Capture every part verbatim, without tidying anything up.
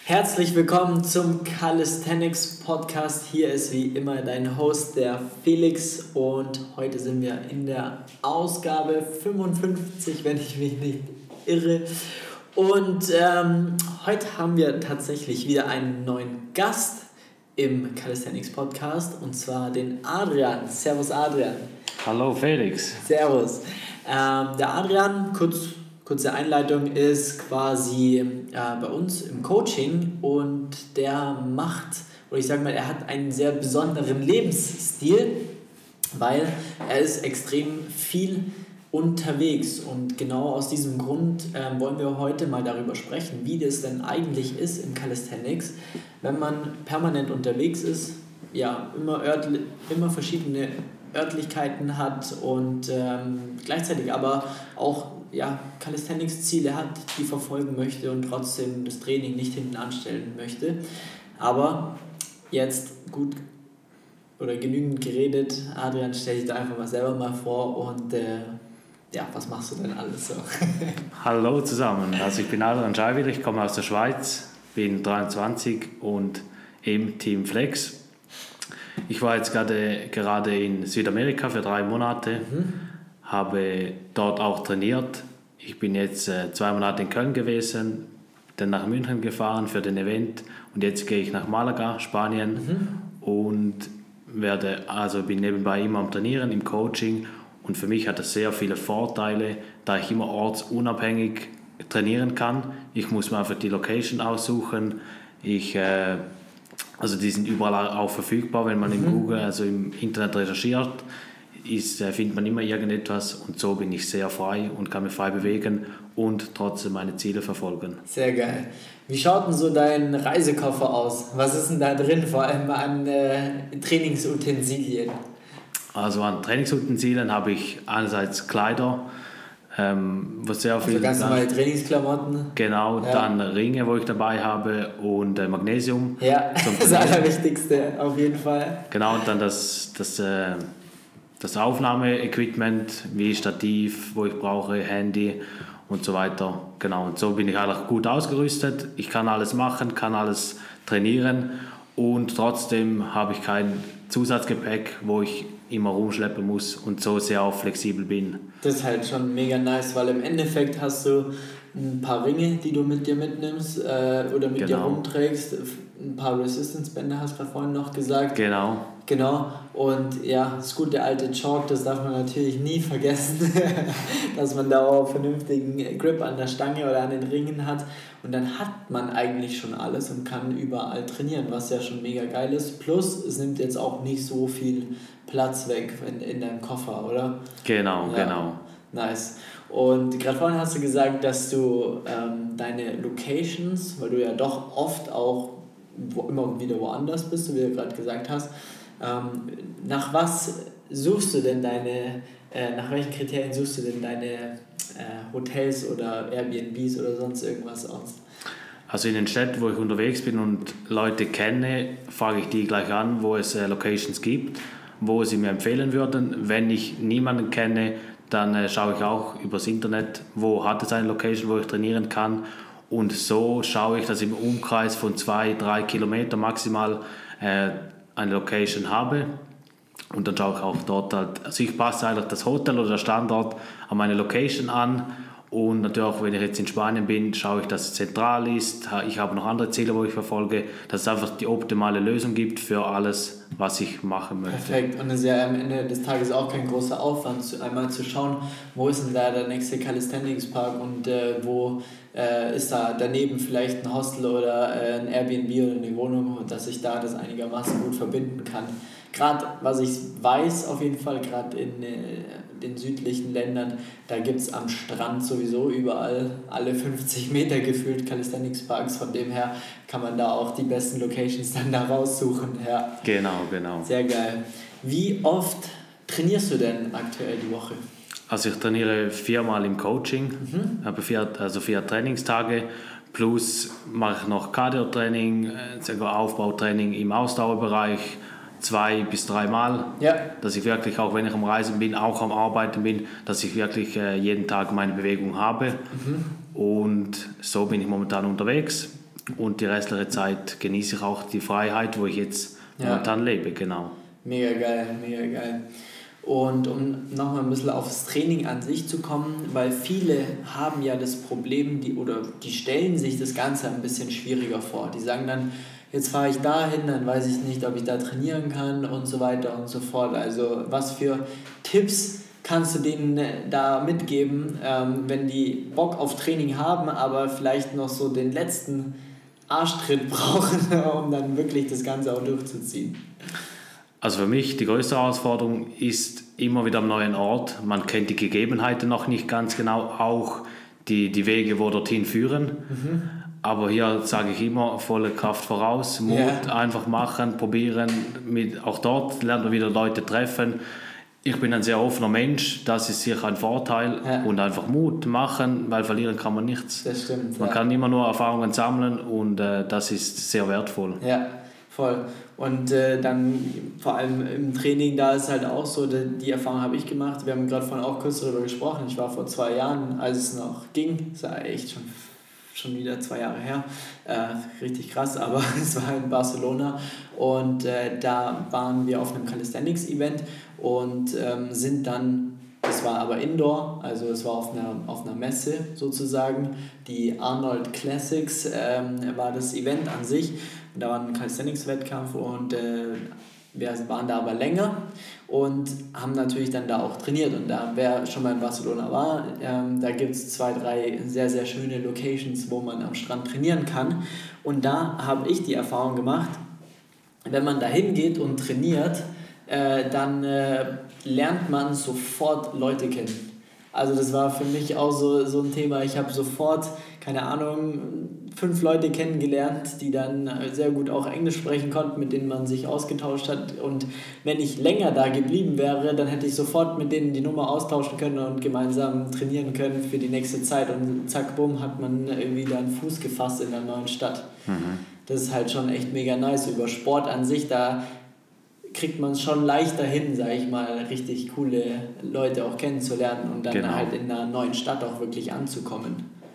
Herzlich willkommen zum Calisthenics Podcast. Hier ist wie immer dein Host, der Felix, und heute sind wir in der Ausgabe fünfundfünfzig, wenn ich mich nicht irre. Und ähm, heute haben wir tatsächlich wieder einen neuen Gast im Calisthenics Podcast, und zwar den Adrian. Servus Adrian. Hallo Felix. Servus. Ähm, der Adrian, kurz Kurze Einleitung, ist quasi äh, bei uns im Coaching, und der macht, oder ich sage mal, er hat einen sehr besonderen Lebensstil, weil er ist extrem viel unterwegs, und genau aus diesem Grund äh, wollen wir heute mal darüber sprechen, wie das denn eigentlich ist im Calisthenics, wenn man permanent unterwegs ist, ja, immer, örtli- immer verschiedene Örtlichkeiten hat und ähm, gleichzeitig aber auch ja, Calisthenics-Ziele hat, die verfolgen möchte und trotzdem das Training nicht hinten anstellen möchte. Aber jetzt gut oder genügend geredet. Adrian, stell dich da einfach mal selber mal vor und äh, ja, was machst du denn alles so? Hallo zusammen, also ich bin Adrian Scheiwiller, ich komme aus der Schweiz, bin dreiundzwanzig und im Team Flex. Ich war jetzt gerade, gerade in Südamerika für drei Monate. Mhm. Habe dort auch trainiert. Ich bin jetzt äh, zwei Monate in Köln gewesen, dann nach München gefahren für den Event, und jetzt gehe ich nach Malaga, Spanien, mhm. und werde, also bin nebenbei immer am Trainieren, im Coaching, und für mich hat das sehr viele Vorteile, da ich immer ortsunabhängig trainieren kann. Ich muss mir einfach die Location aussuchen. Ich, äh, also die sind überall auch verfügbar, wenn man mhm. im Google, also im Internet recherchiert. Ist, äh, findet man immer irgendetwas, und so bin ich sehr frei und kann mich frei bewegen und trotzdem meine Ziele verfolgen. Sehr geil. Wie schaut denn so dein Reisekoffer aus? Was ist denn da drin, vor allem an äh, Trainingsutensilien? Also an Trainingsutensilien habe ich einerseits Kleider, ähm, was sehr viel... Also ganz normale Trainingsklamotten? Genau, ja. Dann Ringe, wo ich dabei habe, und äh, Magnesium. Ja, das Allerwichtigste auf jeden Fall. Genau, und dann das... das äh, Das Aufnahmeequipment wie Stativ, wo ich brauche, Handy und so weiter. Genau, und so bin ich eigentlich gut ausgerüstet. Ich kann alles machen, kann alles trainieren, und trotzdem habe ich kein Zusatzgepäck, wo ich immer rumschleppen muss, und so sehr auch flexibel bin. Das ist halt schon mega nice, weil im Endeffekt hast du ein paar Ringe, die du mit dir mitnimmst äh, oder mit genau. dir rumträgst. Ein paar Resistance-Bänder, hast du gerade vorhin noch gesagt. Genau. Genau, und ja, das gute alte Chalk, das darf man natürlich nie vergessen, dass man da auch vernünftigen Grip an der Stange oder an den Ringen hat, und dann hat man eigentlich schon alles und kann überall trainieren, was ja schon mega geil ist. Plus, es nimmt jetzt auch nicht so viel Platz weg in, in deinem Koffer, oder? Genau, ja, genau. Nice. Und gerade vorhin hast du gesagt, dass du ähm, deine Locations, weil du ja doch oft auch wo, immer wieder woanders bist, wie du gerade gesagt hast, ähm, nach was suchst du denn deine, äh, nach welchen Kriterien suchst du denn deine äh, Hotels oder Airbnbs oder sonst irgendwas aus? Also in den Städten, wo ich unterwegs bin und Leute kenne, frage ich die gleich an, wo es äh, Locations gibt, wo sie mir empfehlen würden. Wenn ich niemanden kenne, dann äh, schaue ich auch übers Internet, wo hat es eine Location, wo ich trainieren kann. Und so schaue ich, dass ich im Umkreis von zwei, drei Kilometer maximal äh, eine Location habe. Und dann schaue ich auch dort halt, also ich passe eigentlich das Hotel oder der Standort an meine Location an. Und natürlich, wenn ich jetzt in Spanien bin, schaue ich, dass es zentral ist. Ich habe noch andere Ziele, wo ich verfolge, dass es einfach die optimale Lösung gibt für alles, was ich machen möchte. Perfekt. Und es ist ja am Ende des Tages auch kein großer Aufwand, einmal zu schauen, wo ist denn da der nächste Calisthenics Park und äh, wo äh, ist da daneben vielleicht ein Hostel oder äh, ein Airbnb oder eine Wohnung, und dass ich da das einigermaßen gut verbinden kann. Gerade, was ich weiß, auf jeden Fall, gerade in äh, den südlichen Ländern, da gibt es am Strand sowieso überall alle fünfzig Meter gefühlt Calisthenics Parks, von dem her kann man da auch die besten Locations dann da raussuchen. Ja. Genau, genau. Sehr geil. Wie oft trainierst du denn aktuell die Woche? Also ich trainiere viermal im Coaching, mhm. habe vier, also vier Trainingstage, plus mache ich noch Cardio-Training, Aufbautraining im Ausdauerbereich, zwei bis dreimal, ja. Dass ich wirklich, auch wenn ich am Reisen bin, auch am Arbeiten bin, dass ich wirklich äh, jeden Tag meine Bewegung habe. Mhm. Und so bin ich momentan unterwegs. und die restliche Zeit genieße ich auch die Freiheit, wo ich jetzt Ja. momentan lebe, genau. Mega geil, mega geil. Und um nochmal ein bisschen aufs Training an sich zu kommen, weil viele haben ja das Problem, die, oder die stellen sich das Ganze ein bisschen schwieriger vor. Die sagen dann, jetzt fahre ich dahin, dann weiß ich nicht, ob ich da trainieren kann und so weiter und so fort. Also was für Tipps kannst du denen da mitgeben, ähm, wenn die Bock auf Training haben, aber vielleicht noch so den letzten Arschtritt brauchen, um dann wirklich das Ganze auch durchzuziehen? Also für mich die größte Herausforderung ist immer wieder am neuen Ort. Man kennt die Gegebenheiten noch nicht ganz genau, auch die, die Wege, wo dorthin führen. Mhm. Aber hier sage ich immer, volle Kraft voraus, Mut, yeah. einfach machen, probieren. Mit, auch dort lernt man wieder Leute treffen. Ich bin ein sehr offener Mensch, das ist sicher ein Vorteil. Ja. Und einfach Mut machen, weil verlieren kann man nichts. Das stimmt. Man ja. kann immer nur Erfahrungen sammeln und äh, das ist sehr wertvoll. Ja, voll. Und äh, dann vor allem im Training, da ist halt auch so, die, die Erfahrung habe ich gemacht. Wir haben gerade vorhin auch kurz darüber gesprochen. Ich war vor zwei Jahren, als es noch ging, das war echt schon schon wieder zwei Jahre her, äh, richtig krass, aber es war in Barcelona und äh, da waren wir auf einem Calisthenics-Event und ähm, sind dann, das war aber Indoor, also es war auf einer, auf einer Messe sozusagen, die Arnold Classics ähm, war das Event an sich, und da war ein Calisthenics-Wettkampf und äh, wir waren da aber länger und haben natürlich dann da auch trainiert. Und da, wer schon mal in Barcelona war, ähm, da gibt es zwei, drei sehr, sehr schöne Locations, wo man am Strand trainieren kann. Und da habe ich die Erfahrung gemacht, wenn man da hingeht und trainiert, äh, dann äh, lernt man sofort Leute kennen. Also das war für mich auch so, so ein Thema. Ich habe sofort, keine Ahnung, fünf Leute kennengelernt, die dann sehr gut auch Englisch sprechen konnten, mit denen man sich ausgetauscht hat. Und wenn ich länger da geblieben wäre, dann hätte ich sofort mit denen die Nummer austauschen können und gemeinsam trainieren können für die nächste Zeit. Und zack, bumm, hat man irgendwie da einen Fuß gefasst in der neuen Stadt. Mhm. Das ist halt schon echt mega nice. Über Sport an sich, da kriegt man es schon leichter hin, sage ich mal, richtig coole Leute auch kennenzulernen und dann genau. halt in einer neuen Stadt auch wirklich anzukommen.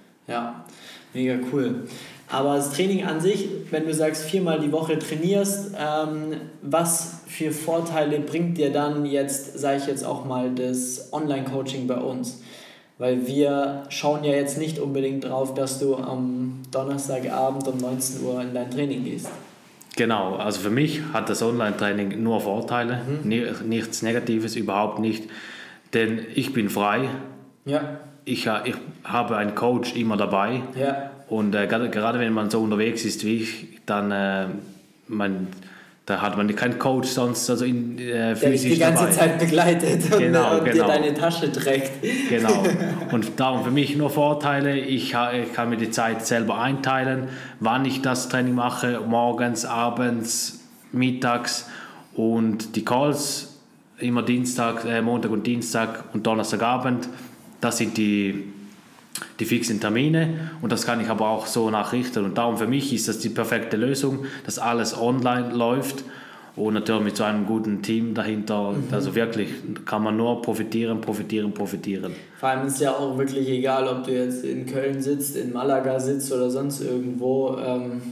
Ja, mega cool. Aber das Training an sich, wenn du sagst, viermal die Woche trainierst, ähm, was für Vorteile bringt dir dann jetzt, sage ich jetzt auch mal, das Online-Coaching bei uns? Weil wir schauen ja jetzt nicht unbedingt drauf, dass du am Donnerstagabend um neunzehn Uhr in dein Training gehst. Genau, also für mich hat das Online-Training nur Vorteile, mhm. nichts Negatives, überhaupt nicht, denn ich bin frei, ja. ich, ich habe einen Coach immer dabei ja. und äh, gerade, gerade wenn man so unterwegs ist wie ich, dann äh, man, da hat man keinen Coach sonst also in, äh, physisch der dich die ganze dabei. Zeit begleitet genau, und, und genau. dir deine Tasche trägt. Genau, und darum für mich nur Vorteile. Ich, ich kann mir die Zeit selber einteilen, wann ich das Training mache, morgens, abends, mittags, und die Calls immer Dienstag, äh, Montag und Dienstag und Donnerstagabend, das sind die die fixen Termine, und das kann ich aber auch so nachrichten, und darum für mich ist das die perfekte Lösung, dass alles online läuft und natürlich mit so einem guten Team dahinter, mhm. also wirklich kann man nur profitieren, profitieren, profitieren. Vor allem ist ja auch wirklich egal, ob du jetzt in Köln sitzt, in Malaga sitzt oder sonst irgendwo, ähm,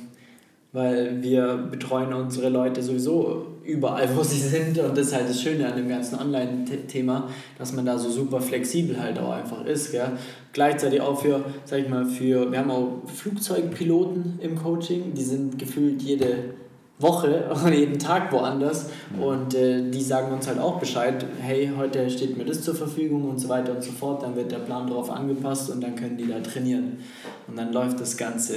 weil wir betreuen unsere Leute sowieso überall, wo sie sind, und das ist halt das Schöne an dem ganzen Online-Thema, dass man da so super flexibel halt auch einfach ist, gell? Gleichzeitig auch für, sag ich mal, für, wir haben auch Flugzeugpiloten im Coaching, die sind gefühlt jede Woche oder jeden Tag woanders, und äh, die sagen uns halt auch Bescheid, hey, heute steht mir das zur Verfügung und so weiter und so fort, dann wird der Plan darauf angepasst und dann können die da trainieren und dann läuft das Ganze.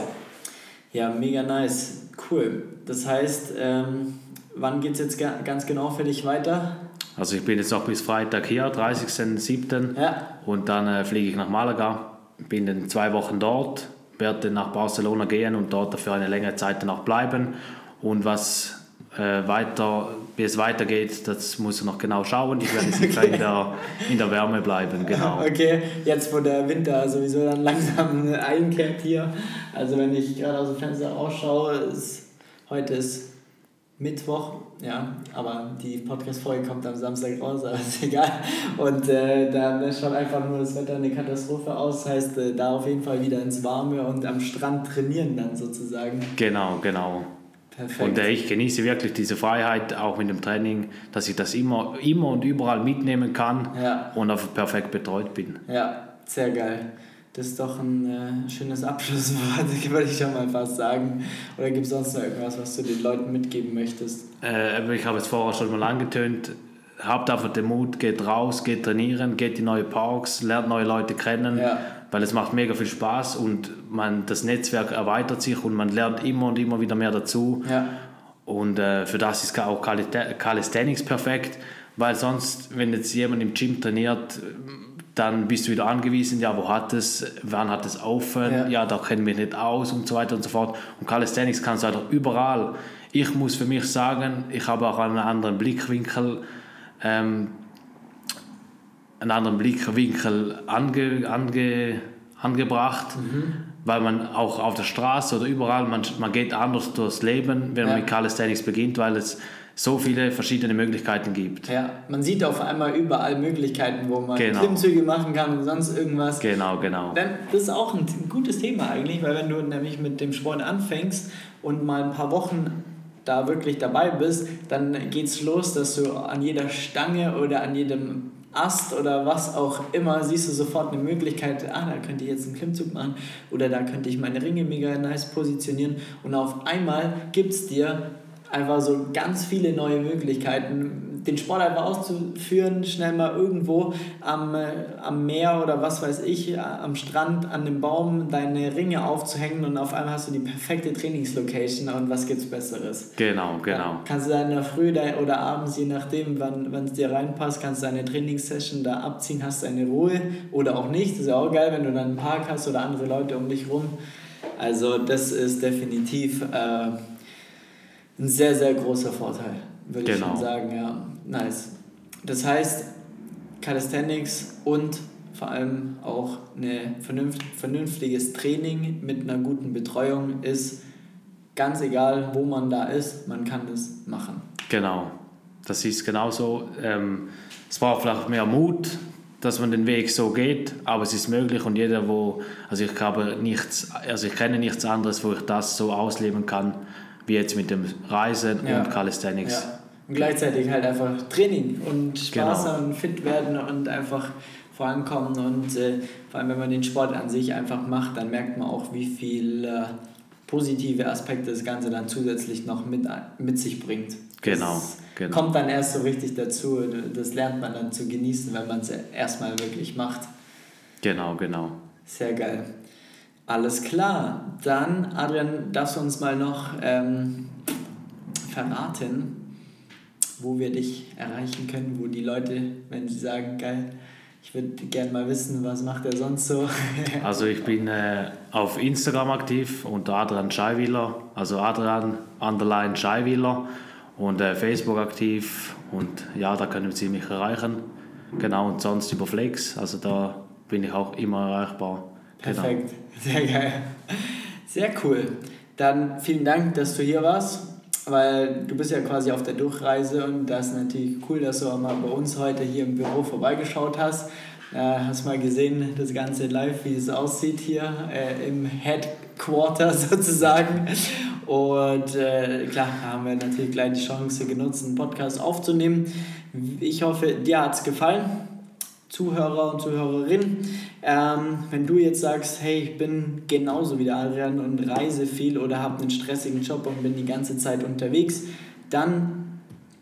Ja, mega nice, cool. Das heißt, ähm, wann geht es jetzt ga- ganz genau für dich weiter? Also ich bin jetzt noch bis Freitag hier, dreißigsten siebten Ja. Und dann äh, fliege ich nach Malaga, bin dann zwei Wochen dort, werde dann nach Barcelona gehen und dort für eine längere Zeit dann auch bleiben. Und was äh, weiter, wie es weitergeht, das muss ich noch genau schauen. Ich werde sicher okay. in, der, in der Wärme bleiben, genau. Okay, jetzt wo der Winter sowieso dann langsam einkehrt hier. Also wenn ich gerade aus dem Fenster rausschaue, ist, heute ist Mittwoch, ja, aber die Podcast-Folge kommt am Samstag raus, aber ist egal. Und äh, da schaut einfach nur das Wetter eine Katastrophe aus, das heißt, äh, da auf jeden Fall wieder ins Warme und am Strand trainieren dann sozusagen. Genau, genau. Perfekt. Und äh, ich genieße wirklich diese Freiheit, auch mit dem Training, dass ich das immer, immer und überall mitnehmen kann ja. und auch perfekt betreut bin. Ja, sehr geil. Das ist doch ein äh, schönes Abschlusswort, würde ich schon mal fast sagen. Oder gibt es sonst noch irgendwas, was du den Leuten mitgeben möchtest? Äh, ich habe es vorher schon mal angetönt. Habt einfach den Mut, geht raus, geht trainieren, geht in neue Parks, lernt neue Leute kennen, ja. weil es macht mega viel Spaß und man, das Netzwerk erweitert sich und man lernt immer und immer wieder mehr dazu. Ja. Und äh, für das ist auch Calisthenics perfekt, weil sonst, wenn jetzt jemand im Gym trainiert, dann bist du wieder angewiesen, ja, wo hat es, wann hat es offen, ja. ja, da kennen wir nicht aus und so weiter und so fort. Und Calisthenics kannst du halt überall. Ich muss für mich sagen, ich habe auch einen anderen Blickwinkel, ähm, einen anderen Blickwinkel ange, ange, angebracht, mhm. weil man auch auf der Straße oder überall, man, man geht anders durchs Leben, wenn ja. man mit Calisthenics beginnt, weil es so viele verschiedene Möglichkeiten gibt. Ja, man sieht auf einmal überall Möglichkeiten, wo man genau. Klimmzüge machen kann und sonst irgendwas. Genau, genau. Das ist auch ein gutes Thema eigentlich, weil wenn du nämlich mit dem Sport anfängst und mal ein paar Wochen da wirklich dabei bist, dann geht's los, dass du an jeder Stange oder an jedem Ast oder was auch immer, siehst du sofort eine Möglichkeit, ah, da könnte ich jetzt einen Klimmzug machen oder da könnte ich meine Ringe mega nice positionieren und auf einmal gibt es dir einfach so ganz viele neue Möglichkeiten, den Sport einfach auszuführen, schnell mal irgendwo am, äh, am Meer oder was weiß ich, am Strand, an dem Baum deine Ringe aufzuhängen und auf einmal hast du die perfekte Trainingslocation und was gibt's Besseres? Genau, genau. Dann kannst du dann in der Früh oder abends, je nachdem, wann es dir reinpasst, kannst du deine Trainingssession da abziehen, hast deine Ruhe oder auch nicht. Das ist ja auch geil, wenn du dann einen Park hast oder andere Leute um dich rum. Also das ist definitiv äh, ein sehr, sehr großer Vorteil, würde genau. ich schon sagen, ja. Nice. Das heißt, Calisthenics und vor allem auch ein vernünft, vernünftiges Training mit einer guten Betreuung ist ganz egal, wo man da ist, man kann das machen. Genau, das ist genauso. Ähm, es braucht vielleicht mehr Mut, dass man den Weg so geht, aber es ist möglich und jeder, wo, also ich habe nichts, also ich kenne nichts anderes, wo ich das so ausleben kann, wie jetzt mit dem Reisen ja. und Calisthenics. Ja. Und gleichzeitig halt einfach Training und Spaß genau. haben, fit werden und einfach vorankommen und äh, vor allem, wenn man den Sport an sich einfach macht, dann merkt man auch, wie viel äh, positive Aspekte das Ganze dann zusätzlich noch mit, mit sich bringt. Genau, das genau. kommt dann erst so richtig dazu, das lernt man dann zu genießen, wenn man es erstmal wirklich macht. Genau, genau. Sehr geil. Alles klar, dann Adrian, darfst du uns mal noch ähm, verraten, wo wir dich erreichen können, wo die Leute, wenn sie sagen, geil, ich würde gerne mal wissen, was macht er sonst so? Also ich bin äh, auf Instagram aktiv unter Adrian Scheiwiller, also Adrian underline Scheiwiller und äh, Facebook aktiv und ja, da können Sie mich erreichen. Genau, und sonst über Flex, also da bin ich auch immer erreichbar. Perfekt, genau. Sehr geil. Sehr cool. Dann vielen Dank, dass du hier warst, weil du bist ja quasi auf der Durchreise und das ist natürlich cool, dass du auch mal bei uns heute hier im Büro vorbeigeschaut hast. Äh, hast mal gesehen, das Ganze live, wie es aussieht hier äh, im Headquarter sozusagen. Und äh, klar, haben wir natürlich gleich die Chance genutzt, einen Podcast aufzunehmen. Ich hoffe, dir hat es gefallen, Zuhörer und Zuhörerinnen. Ähm, wenn du jetzt sagst, hey, ich bin genauso wie der Adrian und reise viel oder habe einen stressigen Job und bin die ganze Zeit unterwegs, dann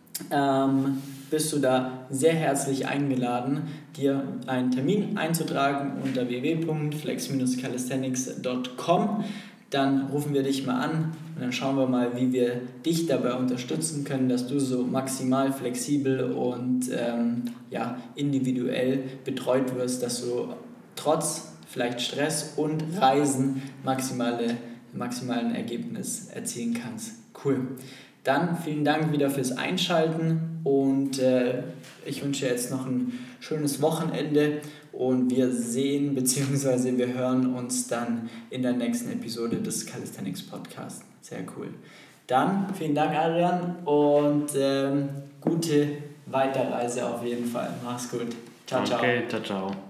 ähm, bist du da sehr herzlich eingeladen, dir einen Termin einzutragen unter w w w punkt flex dash calisthenics punkt com. Dann rufen wir dich mal an und dann schauen wir mal, wie wir dich dabei unterstützen können, dass du so maximal flexibel und ähm, ja, individuell betreut wirst, dass du trotz vielleicht Stress und Reisen maximale, maximalen Ergebnis erzielen kannst. Cool. Dann vielen Dank wieder fürs Einschalten und äh, ich wünsche jetzt noch ein schönes Wochenende und wir sehen bzw. wir hören uns dann in der nächsten Episode des Calisthenics Podcasts. Sehr cool. Dann vielen Dank, Adrian, und ähm, gute Weiterreise auf jeden Fall. Mach's gut. Ciao, ciao. Okay, ciao, ciao.